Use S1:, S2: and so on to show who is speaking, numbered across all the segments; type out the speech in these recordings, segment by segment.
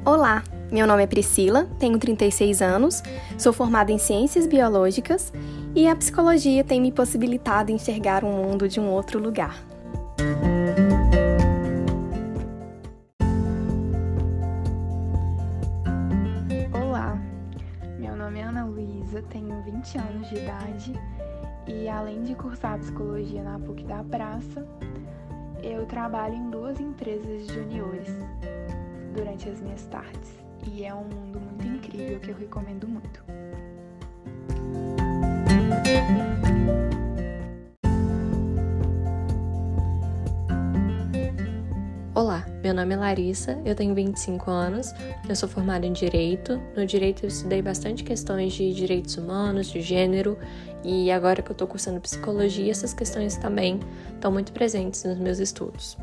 S1: Olá, meu nome é Priscila, tenho 36 anos, sou formada em Ciências Biológicas e a psicologia tem me possibilitado enxergar o mundo de um outro lugar.
S2: Olá, meu nome é Ana Luísa, tenho 20 anos de idade e além de cursar psicologia na PUC da Praça, eu trabalho em 2 empresas juniores durante as minhas tardes e é um mundo muito incrível que eu recomendo muito.
S3: Olá, meu nome é Larissa, eu tenho 25 anos, eu sou formada em Direito. No Direito eu estudei bastante questões de direitos humanos, de gênero, e agora que eu estou cursando Psicologia, essas questões também estão muito presentes nos meus estudos.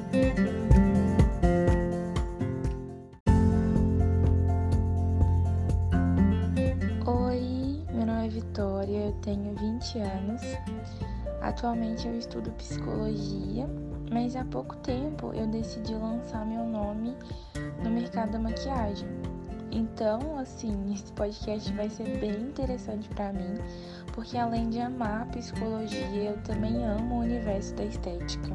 S4: Oi, meu nome é Vitória, eu tenho 20 anos. Atualmente eu estudo Psicologia, mas há pouco tempo eu decidi lançar meu nome no mercado da maquiagem. Então, esse podcast vai ser bem interessante para mim, porque além de amar a psicologia, eu também amo o universo da estética.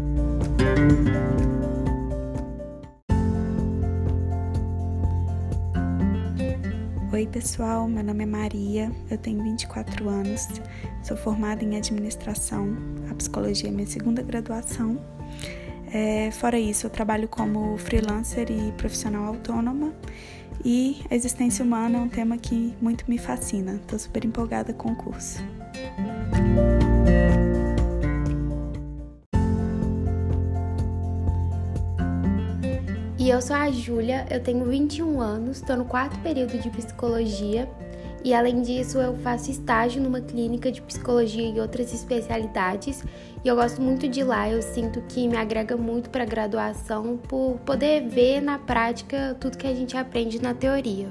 S5: Oi pessoal, meu nome é Maria, eu tenho 24 anos, sou formada em administração, a psicologia é minha segunda graduação. Fora isso, eu trabalho como freelancer e profissional autônoma e a existência humana é um tema que muito me fascina, estou super empolgada com o curso.
S6: E eu sou a Júlia, eu tenho 21 anos, estou no 4º período de psicologia e além disso eu faço estágio numa clínica de psicologia e outras especialidades e eu gosto muito de ir lá, eu sinto que me agrega muito para a graduação por poder ver na prática tudo que a gente aprende na teoria.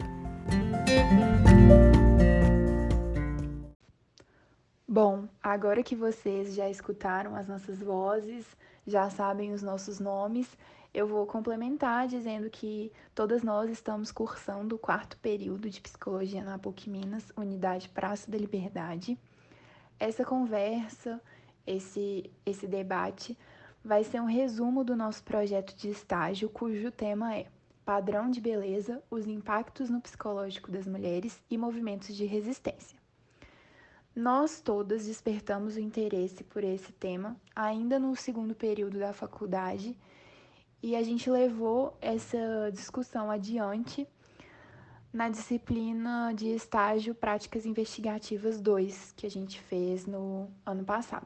S2: Bom, agora que vocês já escutaram as nossas vozes, já sabem os nossos nomes, eu vou complementar dizendo que todas nós estamos cursando o 4º período de Psicologia na PUC Minas, Unidade Praça da Liberdade. Essa conversa, esse debate, vai ser um resumo do nosso projeto de estágio, cujo tema é Padrão de Beleza, os impactos no psicológico das mulheres e movimentos de resistência. Nós todas despertamos o interesse por esse tema ainda no 2º período da faculdade e a gente levou essa discussão adiante na disciplina de estágio Práticas Investigativas 2, que a gente fez no ano passado.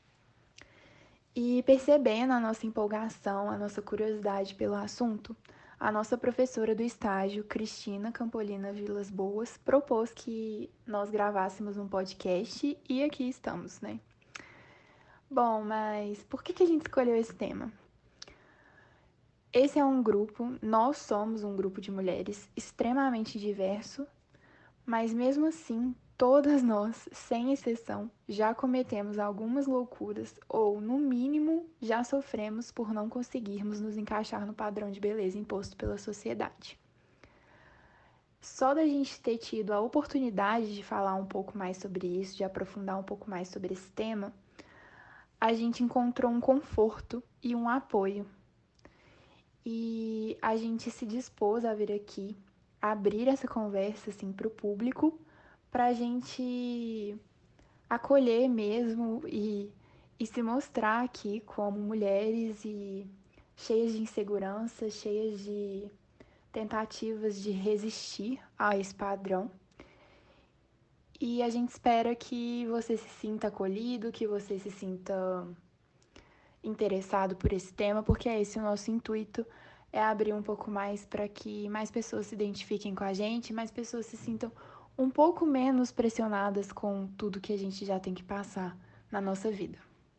S2: E percebendo a nossa empolgação, a nossa curiosidade pelo assunto, a nossa professora do estágio, Cristina Campolina Vilas Boas, propôs que nós gravássemos um podcast e aqui estamos, né? Bom, mas por que a gente escolheu esse tema? Esse é um grupo, nós somos um grupo de mulheres extremamente diverso, mas mesmo assim, todas nós, sem exceção, já cometemos algumas loucuras ou, no mínimo, já sofremos por não conseguirmos nos encaixar no padrão de beleza imposto pela sociedade. Só da gente ter tido a oportunidade de falar um pouco mais sobre isso, de aprofundar um pouco mais sobre esse tema, a gente encontrou um conforto e um apoio. E a gente se dispôs a vir aqui, abrir essa conversa assim, para o público, para a gente acolher mesmo e se mostrar aqui como mulheres e cheias de insegurança, cheias de tentativas de resistir a esse padrão. E a gente espera que você se sinta acolhido, que você se sinta interessado por esse tema, porque é esse o nosso intuito, é abrir um pouco mais para que mais pessoas se identifiquem com a gente, mais pessoas se sintam um pouco menos pressionadas com tudo que a gente já tem que passar na nossa vida.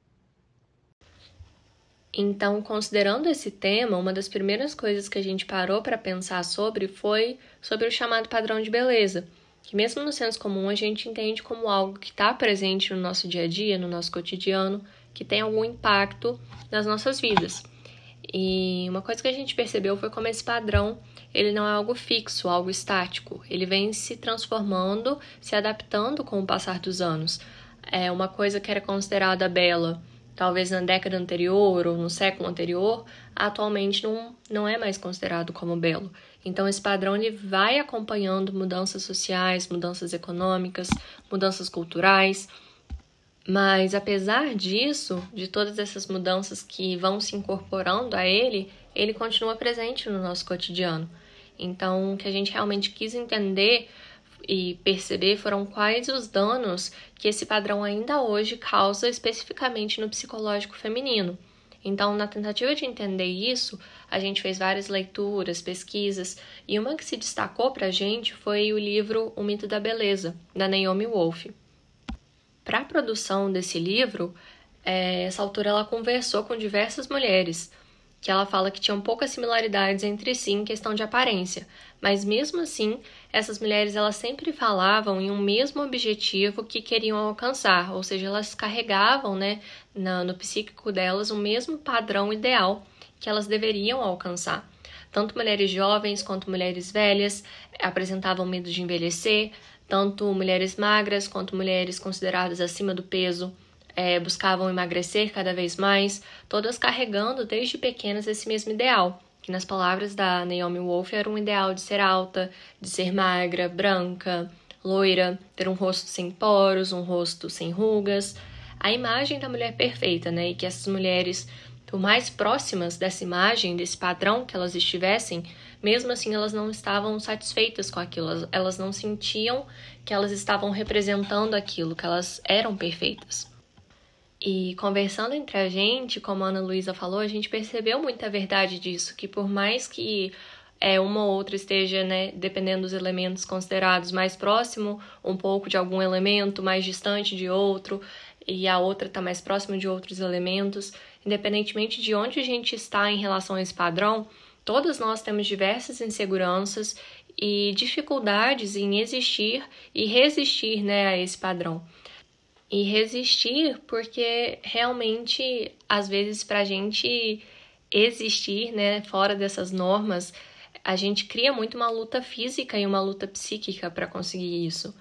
S3: Então, considerando esse tema, uma das primeiras coisas que a gente parou para pensar foi sobre o chamado padrão de beleza, que mesmo no senso comum a gente entende como algo que está presente no nosso dia a dia, no nosso cotidiano, que tem algum impacto nas nossas vidas. E uma coisa que a gente percebeu foi como esse padrão ele não é algo fixo, algo estático. Ele vem se transformando, se adaptando com o passar dos anos. Uma coisa que era considerada bela, talvez na década anterior ou no século anterior, atualmente não é mais considerado como belo. Então, esse padrão ele vai acompanhando mudanças sociais, mudanças econômicas, mudanças culturais. Mas, apesar disso, de todas essas mudanças que vão se incorporando a ele continua presente no nosso cotidiano. Então, o que a gente realmente quis entender e perceber foram quais os danos que esse padrão ainda hoje causa especificamente no psicológico feminino. Então, na tentativa de entender isso, a gente fez várias leituras, pesquisas, e uma que se destacou para a gente foi o livro O Mito da Beleza, da Naomi Wolf. Para a produção desse livro, essa autora ela conversou com diversas mulheres, que ela fala que tinham poucas similaridades entre si em questão de aparência, mas mesmo assim, essas mulheres elas sempre falavam em um mesmo objetivo que queriam alcançar, ou seja, elas carregavam no psíquico delas o mesmo padrão ideal que elas deveriam alcançar. Tanto mulheres jovens quanto mulheres velhas apresentavam medo de envelhecer, tanto mulheres magras quanto mulheres consideradas acima do peso, buscavam emagrecer cada vez mais, todas carregando desde pequenas esse mesmo ideal, que nas palavras da Naomi Wolf era um ideal de ser alta, de ser magra, branca, loira, ter um rosto sem poros, um rosto sem rugas, a imagem da mulher perfeita, e que essas mulheres, por mais próximas dessa imagem, desse padrão que elas estivessem, mesmo assim elas não estavam satisfeitas com aquilo, elas não sentiam que elas estavam representando aquilo, que elas eram perfeitas. E conversando entre a gente, como a Ana Luísa falou, a gente percebeu muita verdade disso, que por mais que uma ou outra esteja, dependendo dos elementos considerados, mais próximo um pouco de algum elemento, mais distante de outro, e a outra está mais próxima de outros elementos, independentemente de onde a gente está em relação a esse padrão, todas nós temos diversas inseguranças e dificuldades em existir e resistir a esse padrão. E resistir porque realmente, às vezes, para a gente existir fora dessas normas, a gente cria muito uma luta física e uma luta psíquica para conseguir isso.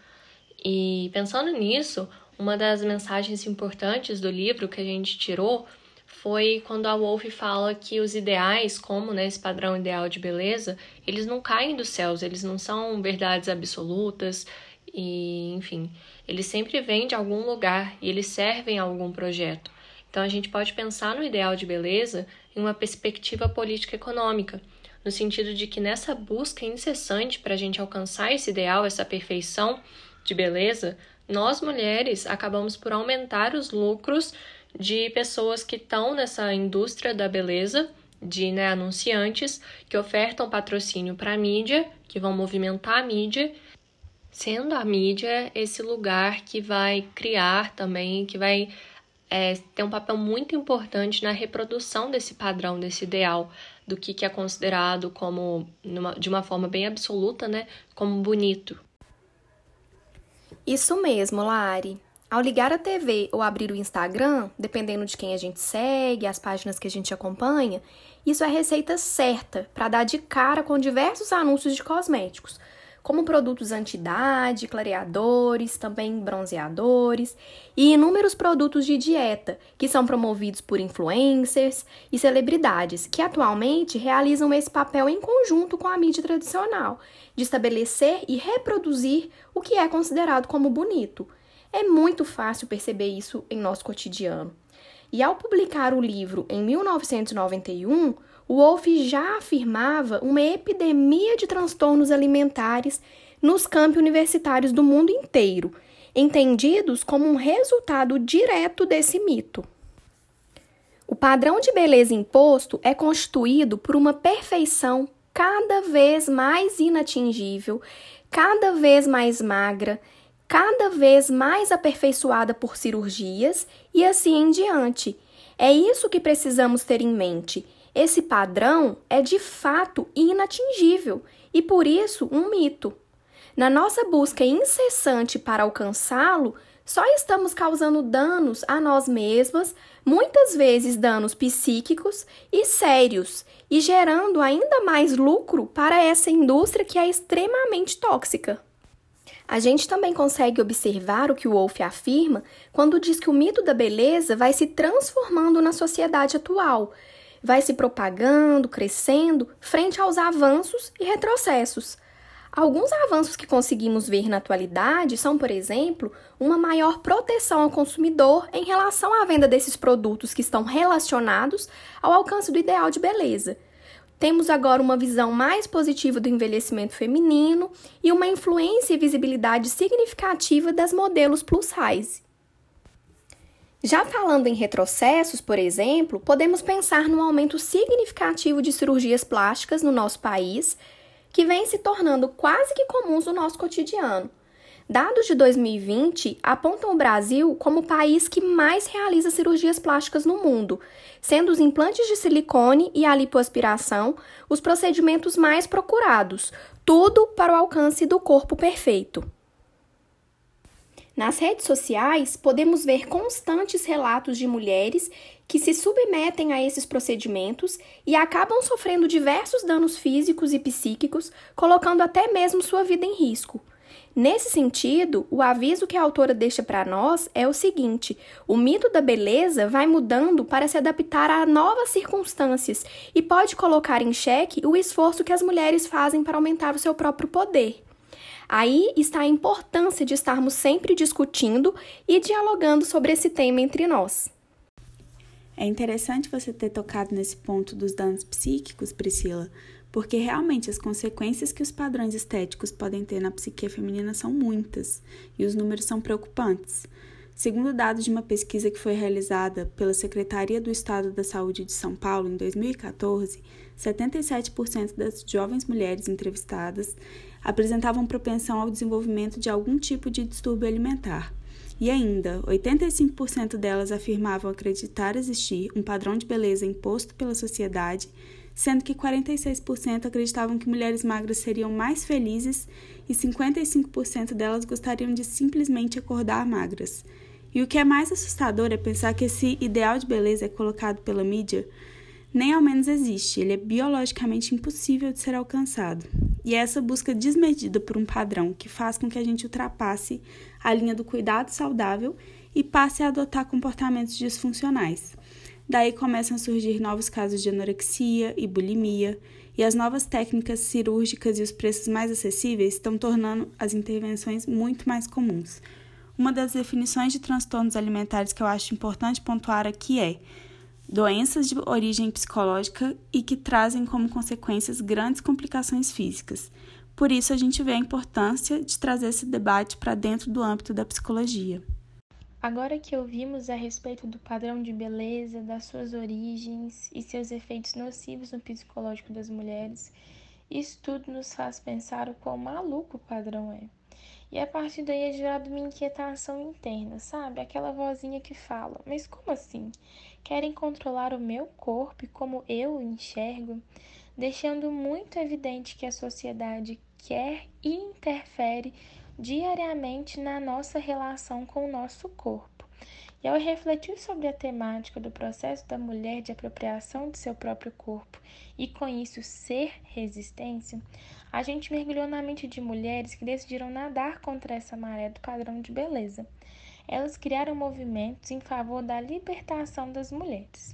S3: E pensando nisso, uma das mensagens importantes do livro que a gente tirou foi quando a Wolf fala que os ideais, como esse padrão ideal de beleza, eles não caem dos céus, eles não são verdades absolutas e, enfim, eles sempre vêm de algum lugar e eles servem a algum projeto. Então, a gente pode pensar no ideal de beleza em uma perspectiva política-econômica, no sentido de que nessa busca incessante para a gente alcançar esse ideal, essa perfeição de beleza, nós mulheres acabamos por aumentar os lucros de pessoas que estão nessa indústria da beleza, de anunciantes que ofertam patrocínio para a mídia, que vão movimentar a mídia, sendo a mídia esse lugar que vai criar também, que vai ter um papel muito importante na reprodução desse padrão, desse ideal, do que é considerado como, de uma forma bem absoluta, como bonito.
S1: Isso mesmo, Lari. Ao ligar a TV ou abrir o Instagram, dependendo de quem a gente segue, as páginas que a gente acompanha, isso é receita certa para dar de cara com diversos anúncios de cosméticos, como produtos anti-idade, clareadores, também bronzeadores e inúmeros produtos de dieta que são promovidos por influencers e celebridades que atualmente realizam esse papel em conjunto com a mídia tradicional, de estabelecer e reproduzir o que é considerado como bonito. É muito fácil perceber isso em nosso cotidiano. E ao publicar o livro em 1991, o Wolf já afirmava uma epidemia de transtornos alimentares nos campi universitários do mundo inteiro, entendidos como um resultado direto desse mito. O padrão de beleza imposto é constituído por uma perfeição cada vez mais inatingível, cada vez mais magra, cada vez mais aperfeiçoada por cirurgias e assim em diante. É isso que precisamos ter em mente. Esse padrão é de fato inatingível e, por isso, um mito. Na nossa busca incessante para alcançá-lo, só estamos causando danos a nós mesmas, muitas vezes danos psíquicos e sérios, e gerando ainda mais lucro para essa indústria que é extremamente tóxica. A gente também consegue observar o que o Wolff afirma quando diz que o mito da beleza vai se transformando na sociedade atual, vai se propagando, crescendo, frente aos avanços e retrocessos. Alguns avanços que conseguimos ver na atualidade são, por exemplo, uma maior proteção ao consumidor em relação à venda desses produtos que estão relacionados ao alcance do ideal de beleza. Temos agora uma visão mais positiva do envelhecimento feminino e uma influência e visibilidade significativa das modelos plus size. Já falando em retrocessos, por exemplo, podemos pensar num aumento significativo de cirurgias plásticas no nosso país, que vêm se tornando quase que comuns no nosso cotidiano. Dados de 2020 apontam o Brasil como o país que mais realiza cirurgias plásticas no mundo, sendo os implantes de silicone e a lipoaspiração os procedimentos mais procurados, tudo para o alcance do corpo perfeito. Nas redes sociais, podemos ver constantes relatos de mulheres que se submetem a esses procedimentos e acabam sofrendo diversos danos físicos e psíquicos, colocando até mesmo sua vida em risco. Nesse sentido, o aviso que a autora deixa para nós é o seguinte: o mito da beleza vai mudando para se adaptar a novas circunstâncias e pode colocar em xeque o esforço que as mulheres fazem para aumentar o seu próprio poder. Aí está a importância de estarmos sempre discutindo e dialogando sobre esse tema entre nós.
S5: É interessante você ter tocado nesse ponto dos danos psíquicos, Priscila, porque realmente as consequências que os padrões estéticos podem ter na psique feminina são muitas, e os números são preocupantes. Segundo dados de uma pesquisa que foi realizada pela Secretaria do Estado da Saúde de São Paulo em 2014, 77% das jovens mulheres entrevistadas apresentavam propensão ao desenvolvimento de algum tipo de distúrbio alimentar. E ainda, 85% delas afirmavam acreditar existir um padrão de beleza imposto pela sociedade, sendo que 46% acreditavam que mulheres magras seriam mais felizes e 55% delas gostariam de simplesmente acordar magras. E o que é mais assustador é pensar que esse ideal de beleza é colocado pela mídia nem ao menos existe, ele é biologicamente impossível de ser alcançado. E é essa busca desmedida por um padrão que faz com que a gente ultrapasse a linha do cuidado saudável e passe a adotar comportamentos disfuncionais. Daí começam a surgir novos casos de anorexia e bulimia, e as novas técnicas cirúrgicas e os preços mais acessíveis estão tornando as intervenções muito mais comuns. Uma das definições de transtornos alimentares que eu acho importante pontuar aqui é doenças de origem psicológica e que trazem como consequências grandes complicações físicas. Por isso, a gente vê a importância de trazer esse debate para dentro do âmbito da psicologia.
S4: Agora que ouvimos a respeito do padrão de beleza, das suas origens e seus efeitos nocivos no psicológico das mulheres, isso tudo nos faz pensar o quão maluco o padrão é. E a partir daí é gerada uma inquietação interna, sabe? Aquela vozinha que fala, mas como assim? Querem controlar o meu corpo e como eu o enxergo? Deixando muito evidente que a sociedade quer e interfere diariamente na nossa relação com o nosso corpo. E ao refletir sobre a temática do processo da mulher de apropriação de seu próprio corpo e com isso ser resistência, a gente mergulhou na mente de mulheres que decidiram nadar contra essa maré do padrão de beleza. Elas criaram movimentos em favor da libertação das mulheres.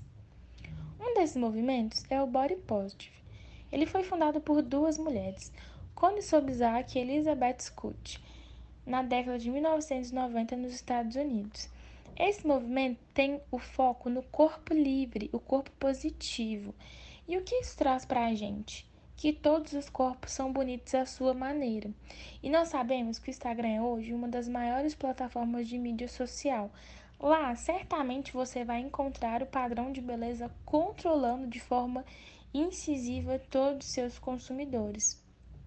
S4: Um desses movimentos é o Body Positive. Ele foi fundado por duas mulheres, Connie Sobczak e Elizabeth Scott, na década de 1990 nos Estados Unidos. Esse movimento tem o foco no corpo livre, o corpo positivo. E o que isso traz para a gente? Que todos os corpos são bonitos à sua maneira. E nós sabemos que o Instagram é hoje uma das maiores plataformas de mídia social. Lá, certamente você vai encontrar o padrão de beleza controlando de forma incisiva todos os seus consumidores.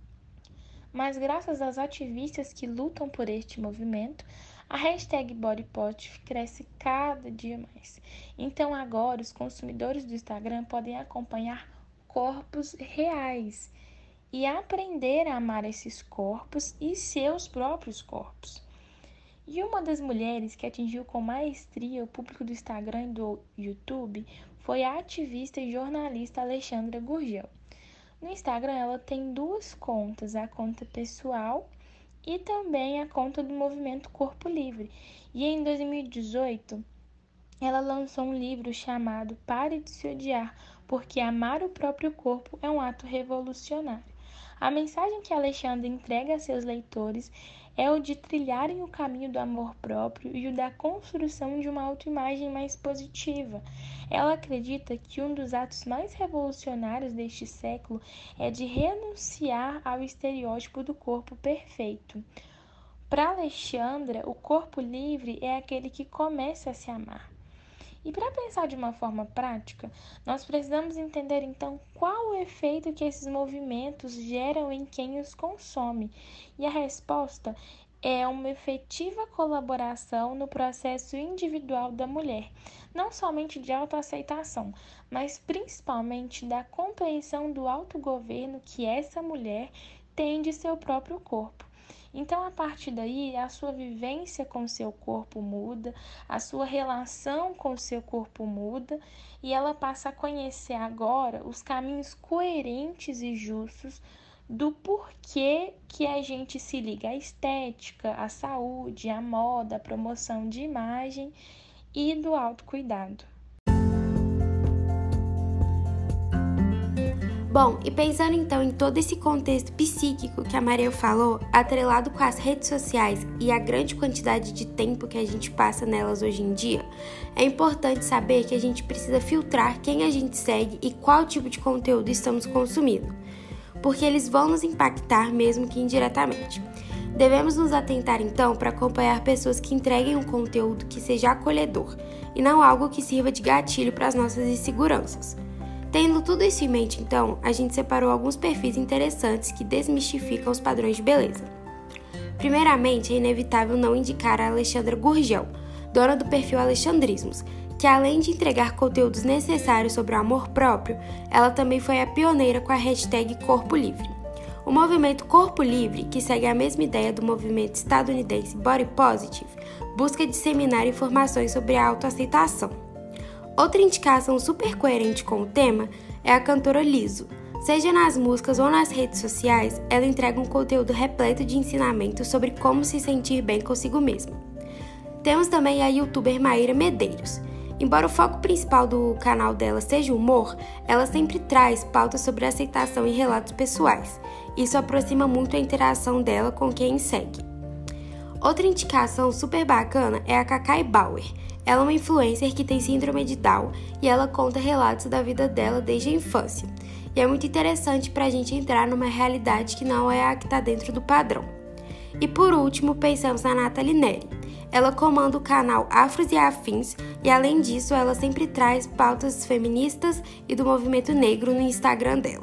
S4: Mas graças às ativistas que lutam por este movimento, a hashtag BodyPositive cresce cada dia mais. Então agora os consumidores do Instagram podem acompanhar corpos reais e aprender a amar esses corpos e seus próprios corpos. E uma das mulheres que atingiu com maestria o público do Instagram e do YouTube foi a ativista e jornalista Alexandra Gurgel. No Instagram ela tem 2 contas, a conta pessoal e também a conta do movimento Corpo Livre. E em 2018 ela lançou um livro chamado Pare de se odiar, porque amar o próprio corpo é um ato revolucionário. A mensagem que Alexandra entrega a seus leitores é o de trilharem o caminho do amor próprio e o da construção de uma autoimagem mais positiva. Ela acredita que um dos atos mais revolucionários deste século é de renunciar ao estereótipo do corpo perfeito. Para Alexandra, o corpo livre é aquele que começa a se amar. E para pensar de uma forma prática, nós precisamos entender então qual o efeito que esses movimentos geram em quem os consome. E a resposta é uma efetiva colaboração no processo individual da mulher, não somente de autoaceitação, mas principalmente da compreensão do autogoverno que essa mulher tem de seu próprio corpo. Então, a partir daí, a sua vivência com o seu corpo muda, a sua relação com o seu corpo muda e ela passa a conhecer agora os caminhos coerentes e justos do porquê que a gente se liga à estética, à saúde, à moda, à promoção de imagem e do autocuidado.
S6: Bom, e pensando então em todo esse contexto psíquico que a Maria falou, atrelado com as redes sociais e a grande quantidade de tempo que a gente passa nelas hoje em dia, é importante saber que a gente precisa filtrar quem a gente segue e qual tipo de conteúdo estamos consumindo, porque eles vão nos impactar mesmo que indiretamente. Devemos nos atentar então para acompanhar pessoas que entreguem um conteúdo que seja acolhedor e não algo que sirva de gatilho para as nossas inseguranças. Tendo tudo isso em mente, então, a gente separou alguns perfis interessantes que desmistificam os padrões de beleza. Primeiramente, é inevitável não indicar a Alexandra Gurgel, dona do perfil Alexandrismos, que além de entregar conteúdos necessários sobre o amor próprio, ela também foi a pioneira com a hashtag Corpo Livre. O movimento Corpo Livre, que segue a mesma ideia do movimento estadunidense Body Positive, busca disseminar informações sobre a autoaceitação. Outra indicação super coerente com o tema é a cantora Lizzo. Seja nas músicas ou nas redes sociais, ela entrega um conteúdo repleto de ensinamentos sobre como se sentir bem consigo mesma. Temos também a youtuber Maíra Medeiros. Embora o foco principal do canal dela seja o humor, ela sempre traz pautas sobre aceitação e relatos pessoais. Isso aproxima muito a interação dela com quem segue. Outra indicação super bacana é a Cacai Bauer. Ela é uma influencer que tem síndrome de Down e ela conta relatos da vida dela desde a infância. E é muito interessante para a gente entrar numa realidade que não é a que está dentro do padrão. E por último, pensamos na Nathalie Neri. Ela comanda o canal Afros e Afins e além disso, ela sempre traz pautas feministas e do movimento negro no Instagram dela.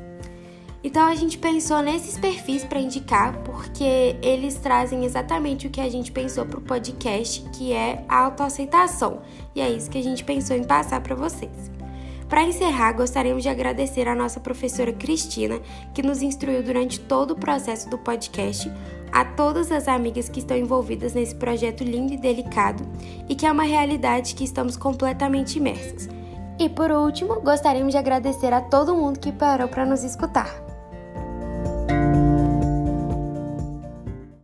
S6: Então a gente pensou nesses perfis para indicar porque eles trazem exatamente o que a gente pensou para o podcast, que é a autoaceitação. E é isso que a gente pensou em passar para vocês. Para encerrar, gostaríamos de agradecer a nossa professora Cristina, que nos instruiu durante todo o processo do podcast, a todas as amigas que estão envolvidas nesse projeto lindo e delicado e que é uma realidade que estamos completamente imersas. E por último, gostaríamos de agradecer a todo mundo que parou para nos escutar.